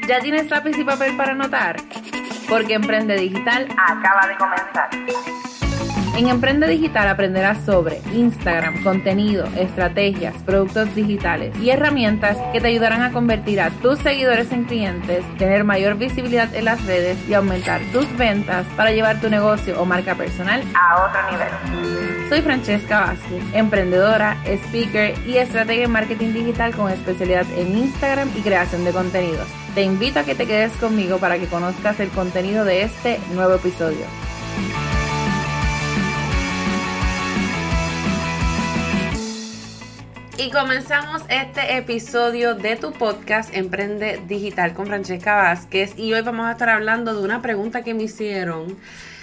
¿Ya tienes lápiz y papel para anotar? Porque Emprende Digital acaba de comenzar. En Emprende Digital aprenderás sobre Instagram, contenido, estrategias, productos digitales y herramientas que te ayudarán a convertir a tus seguidores en clientes, tener mayor visibilidad en las redes y aumentar tus ventas para llevar tu negocio o marca personal a otro nivel. Soy Francesca Vázquez, emprendedora, speaker y estratega en marketing digital con especialidad en Instagram y creación de contenidos. Te invito a que te quedes conmigo para que conozcas el contenido de este nuevo episodio. Y comenzamos este episodio de tu podcast Emprende Digital con Francesca Vázquez. Y hoy vamos a estar hablando de una pregunta que me hicieron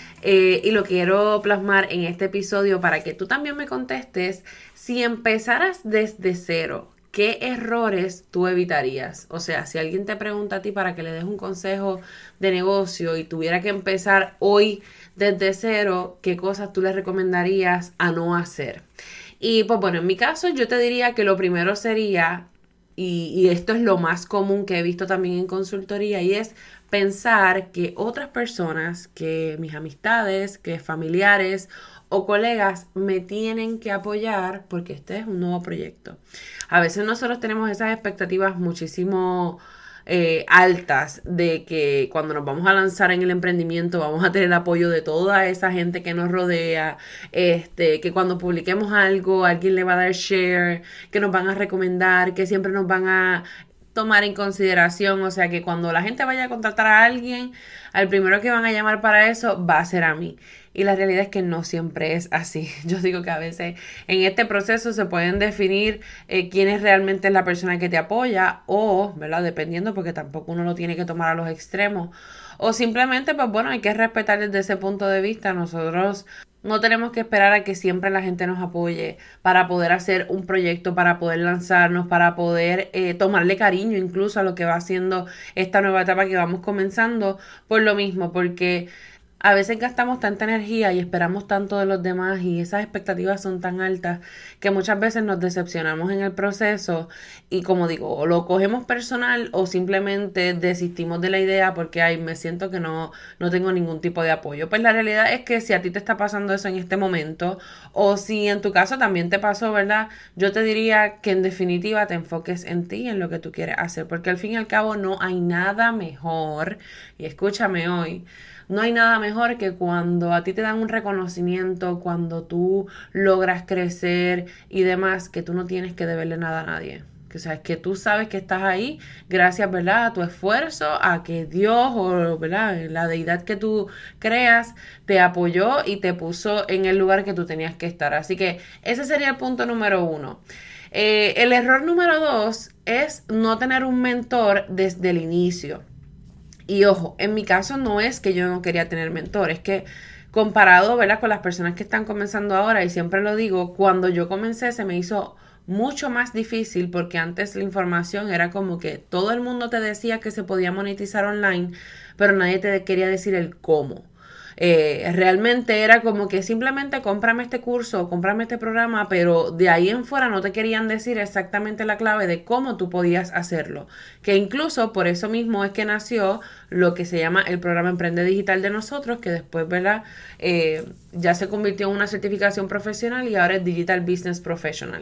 y lo quiero plasmar en este episodio para que tú también me contestes. Si empezaras desde cero, ¿qué errores tú evitarías? O sea, si alguien te pregunta a ti para que le des un consejo de negocio y tuviera que empezar hoy desde cero, ¿qué cosas tú le recomendarías a no hacer? Y pues bueno, en mi caso yo te diría que lo primero sería, y esto es lo más común que he visto también en consultoría, y es pensar que otras personas, que mis amistades, que familiares o colegas me tienen que apoyar porque este es un nuevo proyecto. A veces nosotros tenemos esas expectativas muchísimo altas de que cuando nos vamos a lanzar en el emprendimiento vamos a tener el apoyo de toda esa gente que nos rodea, que cuando publiquemos algo alguien le va a dar share, que nos van a recomendar, que siempre nos van a tomar en consideración, o sea que cuando la gente vaya a contratar a alguien, al primero que van a llamar para eso va a ser a mí. Y la realidad es que no siempre es así. Yo digo que a veces en este proceso se pueden definir quién es realmente la persona que te apoya o, ¿verdad? Dependiendo, porque tampoco uno lo tiene que tomar a los extremos. O simplemente, pues bueno, hay que respetar desde ese punto de vista. Nosotros no tenemos que esperar a que siempre la gente nos apoye para poder hacer un proyecto, para poder lanzarnos, para poder tomarle cariño incluso a lo que va haciendo esta nueva etapa que vamos comenzando. Por lo mismo, porque a veces gastamos tanta energía y esperamos tanto de los demás y esas expectativas son tan altas que muchas veces nos decepcionamos en el proceso y, como digo, o lo cogemos personal o simplemente desistimos de la idea porque me siento que no tengo ningún tipo de apoyo. Pues la realidad es que si a ti te está pasando eso en este momento o si en tu caso también te pasó, ¿verdad? Yo te diría que en definitiva te enfoques en ti, en lo que tú quieres hacer, porque al fin y al cabo no hay nada mejor, y escúchame hoy, no hay nada mejor que cuando a ti te dan un reconocimiento, cuando tú logras crecer y demás, que tú no tienes que deberle nada a nadie. O sea, es que tú sabes que estás ahí gracias, ¿verdad?, a tu esfuerzo, a que Dios o, ¿verdad?, la deidad que tú creas te apoyó y te puso en el lugar que tú tenías que estar. Así que ese sería el punto número 1. El error número 2 es no tener un mentor desde el inicio. Y ojo, en mi caso no es que yo no quería tener mentor, es que comparado, ¿verdad?, con las personas que están comenzando ahora, y siempre lo digo, cuando yo comencé se me hizo mucho más difícil porque antes la información era como que todo el mundo te decía que se podía monetizar online, pero nadie te quería decir el cómo. Realmente era como que simplemente cómprame este curso o cómprame este programa, pero de ahí en fuera no te querían decir exactamente la clave de cómo tú podías hacerlo, que incluso por eso mismo es que nació lo que se llama el programa Emprende Digital de nosotros, que después, ¿verdad?, ya se convirtió en una certificación profesional y ahora es Digital Business Professional.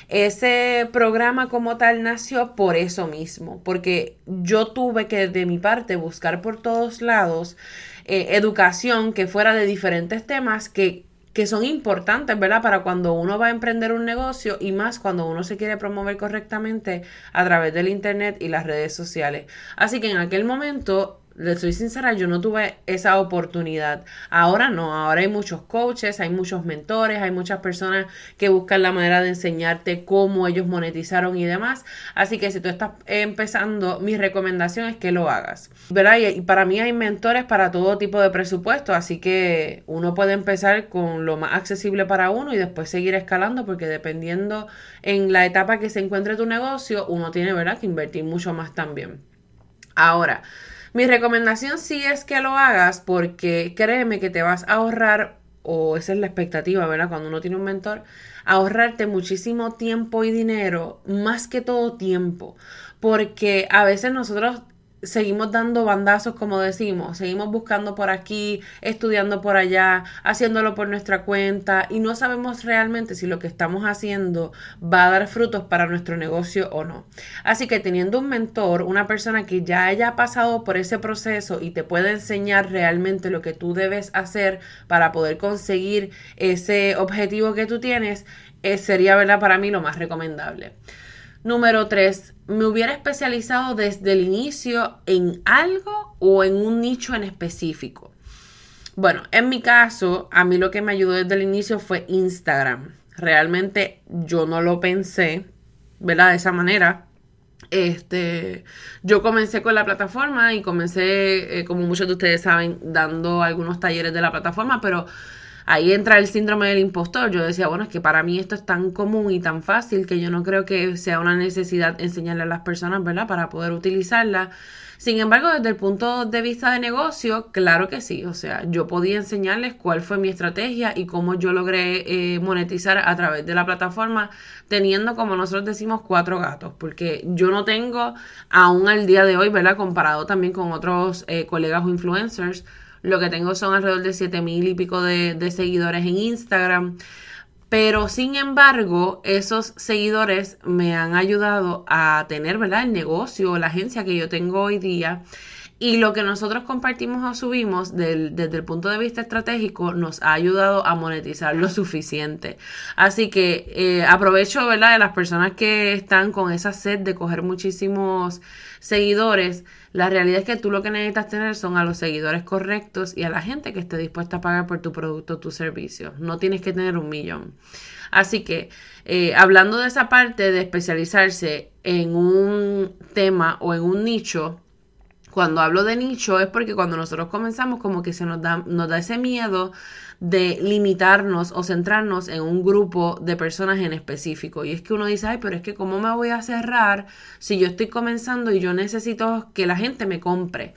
Ese programa como tal nació por eso mismo, porque yo tuve que de mi parte buscar por todos lados educación que fuera de diferentes temas que son importantes, ¿verdad?, para cuando uno va a emprender un negocio y más cuando uno se quiere promover correctamente a través del internet y las redes sociales. Así que en aquel momento, les soy sincera, yo no tuve esa oportunidad. Ahora no, ahora hay muchos coaches, hay muchos mentores, hay muchas personas que buscan la manera de enseñarte cómo ellos monetizaron y demás. Así que si tú estás empezando, mi recomendación es que lo hagas, ¿verdad? Y para mí hay mentores para todo tipo de presupuesto, así que uno puede empezar con lo más accesible para uno y después seguir escalando, porque dependiendo en la etapa que se encuentre tu negocio, uno tiene, ¿verdad?, que invertir mucho más también. Ahora, mi recomendación sí es que lo hagas, porque créeme que te vas a ahorrar, o esa es la expectativa, ¿verdad?, cuando uno tiene un mentor, ahorrarte muchísimo tiempo y dinero, más que todo tiempo, porque a veces nosotros seguimos dando bandazos, como decimos, seguimos buscando por aquí, estudiando por allá, haciéndolo por nuestra cuenta y no sabemos realmente si lo que estamos haciendo va a dar frutos para nuestro negocio o no. Así que teniendo un mentor, una persona que ya haya pasado por ese proceso y te puede enseñar realmente lo que tú debes hacer para poder conseguir ese objetivo que tú tienes, sería, ¿verdad?, para mí lo más recomendable. Número 3, me hubiera especializado desde el inicio en algo o en un nicho en específico. Bueno, en mi caso, a mí lo que me ayudó desde el inicio fue Instagram. Realmente yo no lo pensé, ¿verdad?, de esa manera. Yo comencé con la plataforma y comencé, como muchos de ustedes saben, dando algunos talleres de la plataforma, pero ahí entra el síndrome del impostor. Yo decía, bueno, es que para mí esto es tan común y tan fácil que yo no creo que sea una necesidad enseñarle a las personas, ¿verdad?, para poder utilizarla. Sin embargo, desde el punto de vista de negocio, claro que sí. O sea, yo podía enseñarles cuál fue mi estrategia y cómo yo logré monetizar a través de la plataforma, teniendo, como nosotros decimos, 4 gatos. Porque yo no tengo, aún al día de hoy, ¿verdad?, comparado también con otros colegas o influencers, lo que tengo son alrededor de 7,000 y pico de seguidores en Instagram. Pero sin embargo, esos seguidores me han ayudado a tener, ¿verdad?, el negocio, la agencia que yo tengo hoy día. Y lo que nosotros compartimos o subimos desde el punto de vista estratégico nos ha ayudado a monetizar lo suficiente. Así que aprovecho, ¿verdad?, de las personas que están con esa sed de coger muchísimos seguidores. La realidad es que tú lo que necesitas tener son a los seguidores correctos y a la gente que esté dispuesta a pagar por tu producto o tu servicio. No tienes que tener 1,000,000. Así que hablando de esa parte de especializarse en un tema o en un nicho, cuando hablo de nicho es porque cuando nosotros comenzamos como que nos da ese miedo de limitarnos o centrarnos en un grupo de personas en específico. Y es que uno dice, ay, pero es que ¿cómo me voy a cerrar si yo estoy comenzando y yo necesito que la gente me compre?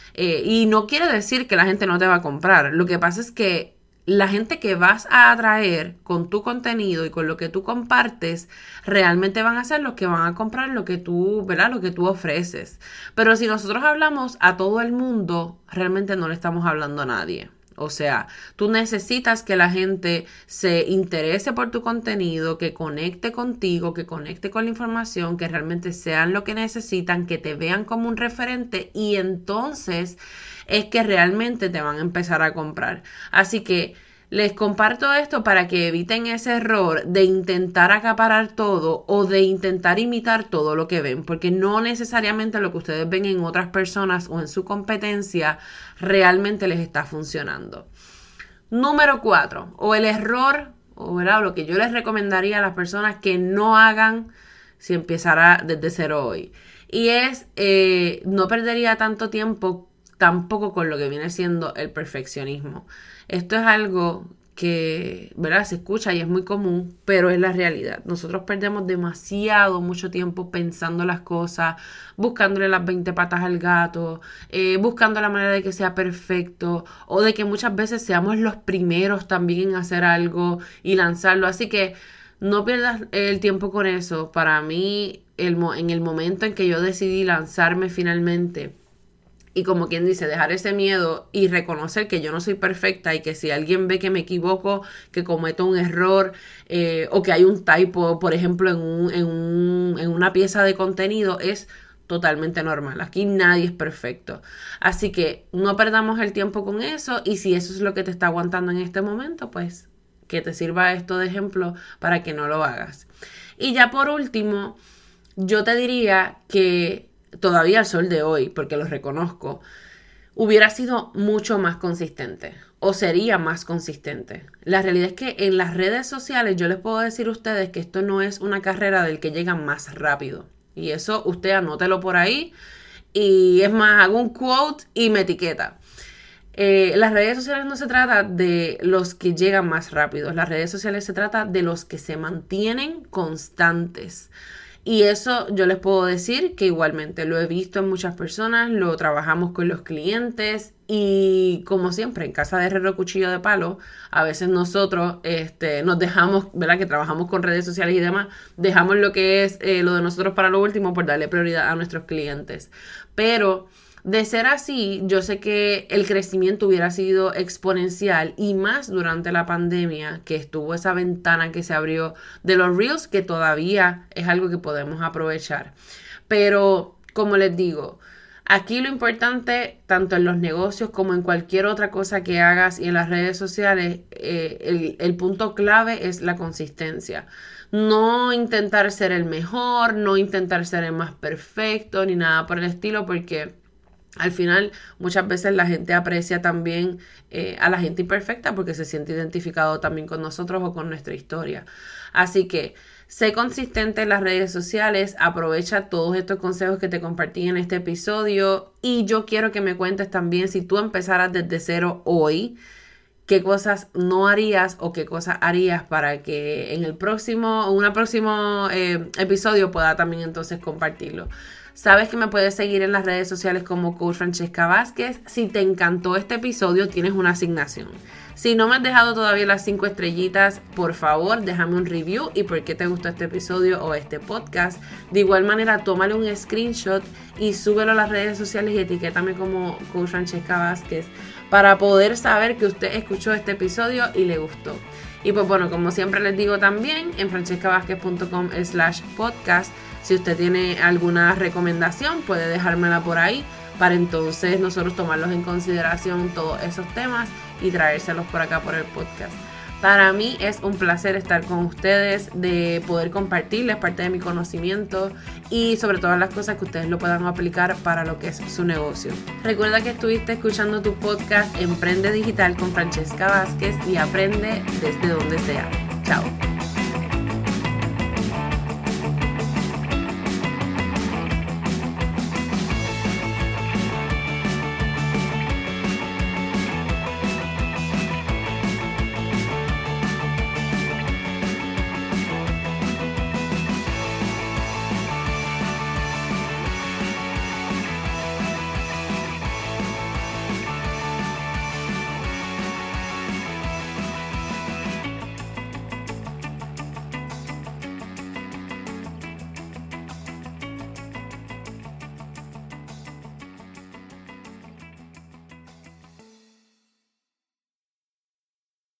Y no quiere decir que la gente no te va a comprar. Lo que pasa es que la gente que vas a atraer con tu contenido y con lo que tú compartes, realmente van a ser los que van a comprar lo que tú, ¿verdad?, lo que tú ofreces. Pero si nosotros hablamos a todo el mundo, realmente no le estamos hablando a nadie. O sea, tú necesitas que la gente se interese por tu contenido, que conecte contigo, que conecte con la información, que realmente sean lo que necesitan, que te vean como un referente y entonces es que realmente te van a empezar a comprar. Así que les comparto esto para que eviten ese error de intentar acaparar todo o de intentar imitar todo lo que ven, porque no necesariamente lo que ustedes ven en otras personas o en su competencia realmente les está funcionando. Número 4, o el error, o ¿verdad?, lo que yo les recomendaría a las personas que no hagan si empezara desde cero hoy. Y es, no perdería tanto tiempo tampoco con lo que viene siendo el perfeccionismo. Esto es algo que, ¿verdad?, se escucha y es muy común, pero es la realidad. Nosotros perdemos mucho tiempo pensando las cosas, buscándole las 20 patas al gato, buscando la manera de que sea perfecto o de que muchas veces seamos los primeros también en hacer algo y lanzarlo. Así que no pierdas el tiempo con eso. Para mí, en el momento en que yo decidí lanzarme finalmente, y como quien dice, dejar ese miedo y reconocer que yo no soy perfecta y que si alguien ve que me equivoco, que cometo un error o que hay un typo, por ejemplo, en una pieza de contenido, es totalmente normal. Aquí nadie es perfecto. Así que no perdamos el tiempo con eso y si eso es lo que te está aguantando en este momento, pues que te sirva esto de ejemplo para que no lo hagas. Y ya por último, yo te diría que todavía al sol de hoy, porque lo reconozco, hubiera sido mucho más consistente o sería más consistente. La realidad es que en las redes sociales yo les puedo decir a ustedes que esto no es una carrera del que llega más rápido. Y eso usted anótelo por ahí y es más, hago un quote y me etiqueta. Las redes sociales no se trata de los que llegan más rápido. Las redes sociales se trata de los que se mantienen constantes. Y eso yo les puedo decir que igualmente lo he visto en muchas personas, lo trabajamos con los clientes y como siempre en casa de herrero cuchillo de palo, a veces nosotros nos dejamos, ¿verdad? Que trabajamos con redes sociales y demás, dejamos lo que es lo de nosotros para lo último por darle prioridad a nuestros clientes. Pero de ser así, yo sé que el crecimiento hubiera sido exponencial y más durante la pandemia, que estuvo esa ventana que se abrió de los Reels, que todavía es algo que podemos aprovechar. Pero, como les digo, aquí lo importante, tanto en los negocios como en cualquier otra cosa que hagas y en las redes sociales, el punto clave es la consistencia. No intentar ser el mejor, no intentar ser el más perfecto, ni nada por el estilo, porque al final, muchas veces la gente aprecia también a la gente imperfecta porque se siente identificado también con nosotros o con nuestra historia. Así que sé consistente en las redes sociales, aprovecha todos estos consejos que te compartí en este episodio y yo quiero que me cuentes también si tú empezaras desde cero hoy, qué cosas no harías o qué cosas harías para que en un próximo episodio pueda también entonces compartirlo. Sabes que me puedes seguir en las redes sociales como Coach Francesca Vázquez. Si te encantó este episodio, tienes una asignación. Si no me has dejado todavía las 5 estrellitas, por favor, déjame un review y por qué te gustó este episodio o este podcast. De igual manera, tómale un screenshot y súbelo a las redes sociales y etiquétame como Coach Francesca Vázquez para poder saber que usted escuchó este episodio y le gustó. Y pues bueno, como siempre les digo también, en francescavazquez.com/podcast, si usted tiene alguna recomendación, puede dejármela por ahí para entonces nosotros tomarlos en consideración todos esos temas y traérselos por acá por el podcast. Para mí es un placer estar con ustedes, de poder compartirles parte de mi conocimiento y sobre todas las cosas que ustedes lo puedan aplicar para lo que es su negocio. Recuerda que estuviste escuchando tu podcast Emprende Digital con Francesca Vázquez y aprende desde donde sea. Chao.